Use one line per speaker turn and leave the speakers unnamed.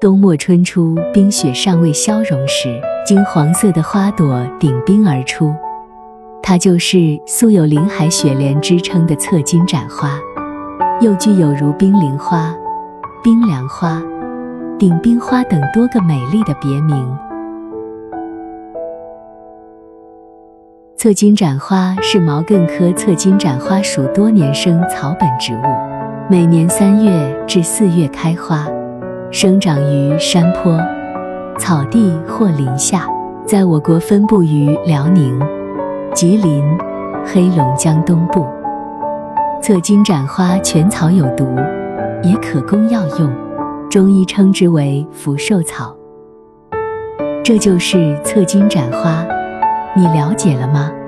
冬末春初，冰雪尚未消融时，金黄色的花朵顶冰而出，它就是素有林海雪莲之称的侧金盏花，又具有如冰凌花、冰凉花、顶冰花等多个美丽的别名。侧金盏花是毛茛科侧金盏花属多年生草本植物，每年3月至4月开花，生长于山坡、草地或林下，在我国分布于辽宁、吉林、黑龙江东部。侧金盏花全草有毒，也可供药用，中医称之为福寿草。这就是侧金盏花，你了解了吗？